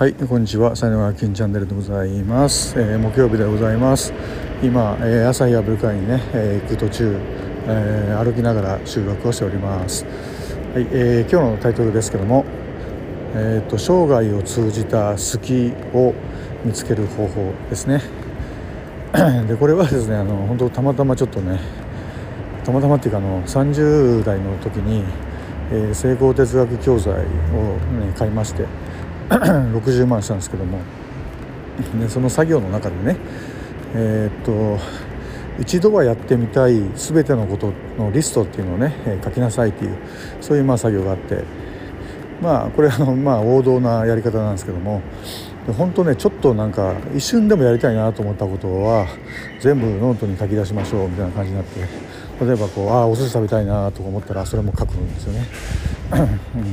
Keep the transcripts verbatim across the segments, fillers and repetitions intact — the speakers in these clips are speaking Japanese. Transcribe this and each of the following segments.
はい、こんにちは。才能が金チャンネルでございます。えー、木曜日でございます。今、えー、朝日アブル会にね、えー、行く途中、えー、歩きながら収録をしております。はい、えー、今日のタイトルですけども、えーと、生涯を通じた好きを見つける方法ですね。で、これはですね、あの本当たまたまちょっとね、たまたまっていうかあのさんじゅう代の時に、えー、成功哲学教材を、ね、買いましてろくじゅうまんしたんですけども、でその作業の中でね、えー、っと一度はやってみたい全てのことのリストっていうのをね、えー、書きなさいっていうそういうまあ作業があって、まあこれはあのまあ王道なやり方なんですけども、本当ねちょっとなんか一瞬でもやりたいなと思ったことは全部ノートに書き出しましょうみたいな感じになって、例えばこうああお寿司食べたいなとか思ったらそれも書くんですよね。うん、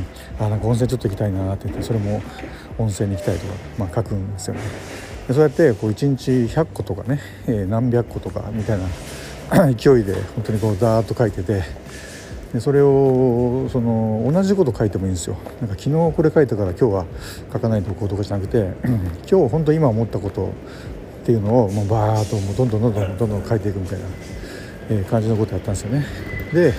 あなんか温泉ちょっと行きたいなって言ってそれも温泉に行きたいとか、まあ、書くんですよね。でそうやってこういちにちひゃっことかね、えー、何百個とかみたいな勢いで本当にこうダーッと書いてて、でそれをその同じこと書いてもいいんですよ。なんか昨日これ書いたから今日は書かないとこうとかじゃなくて、今日本当今思ったことっていうのをもうバーッともうどんどんどんどんどんどん書いていくみたいな、えー、感じのことやったんですよね。で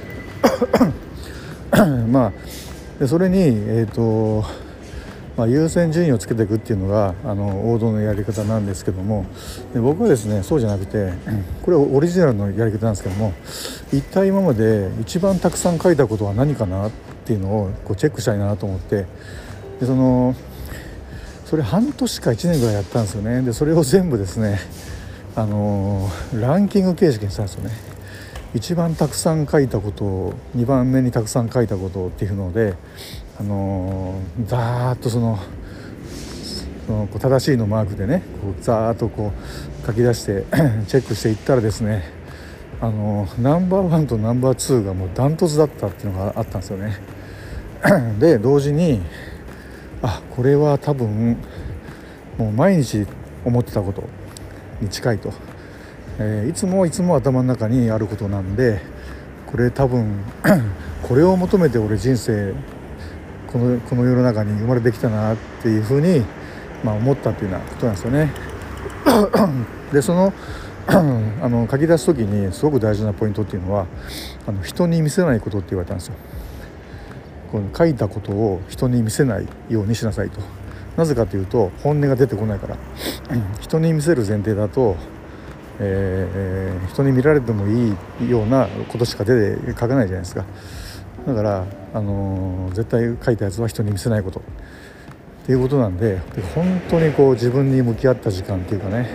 まあでそれに、えーとまあ、優先順位をつけていくっていうのがあの王道のやり方なんですけども、で僕はですねそうじゃなくて、これはオリジナルのやり方なんですけども、一体今まで一番たくさん書いたことは何かなっていうのをこうチェックしたいなと思って、でそのそれ半年かいちねんぐらいやったんですよね。でそれを全部ですねあのランキング形式にしたんですよね。一番たくさん書いたことをにばんめにたくさん書いたことっていうので、あのー、ざーっとそのそのこう正しいのマークでねこうざーっとこう書き出してチェックしていったらですね、あのー、ナンバーワンとナンバーツーがもうダントツだったっていうのがあったんですよね。で同時にあこれは多分もう毎日思ってたことに近いと、えー、いつもいつも頭の中にあることなんで、これ多分これを求めて俺人生この、この世の中に生まれてきたなっていうふうに、まあ、思ったっていうようなことなんですよね。でそのあの書き出す時にすごく大事なポイントっていうのは、あの人に見せないことって言われたんですよ。この書いたことを人に見せないようにしなさいと。なぜかというと本音が出てこないから。人に見せる前提だと、えー、人に見られてもいいようなことしか出て書かないじゃないですか。だから、あのー、絶対書いたやつは人に見せないことっていうことなんで、本当にこう自分に向き合った時間っていうかね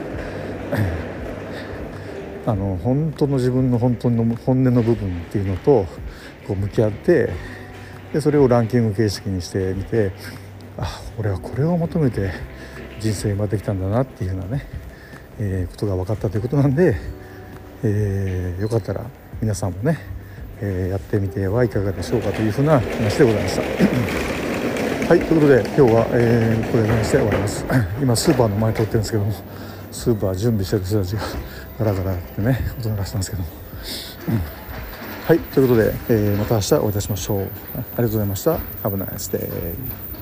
あの本当の自分の本当の本音の部分っていうのとこう向き合って、でそれをランキング形式にしてみて、あ俺はこれを求めて人生生まれてきたんだなっていうようなね、えー、ことが分かったということなんで、えー、よかったら皆さんもね、えー、やってみてはいかがでしょうかというふうな話でございましたはい、ということで今日は、えー、これにして終わります今スーパーの前通ってるんですけども、スーパー準備してる人たちがガラガラってね音鳴らしたんですけども、うん、はい、ということで、えー、また明日お会いいたしましょう。ありがとうございました。Have a nice day.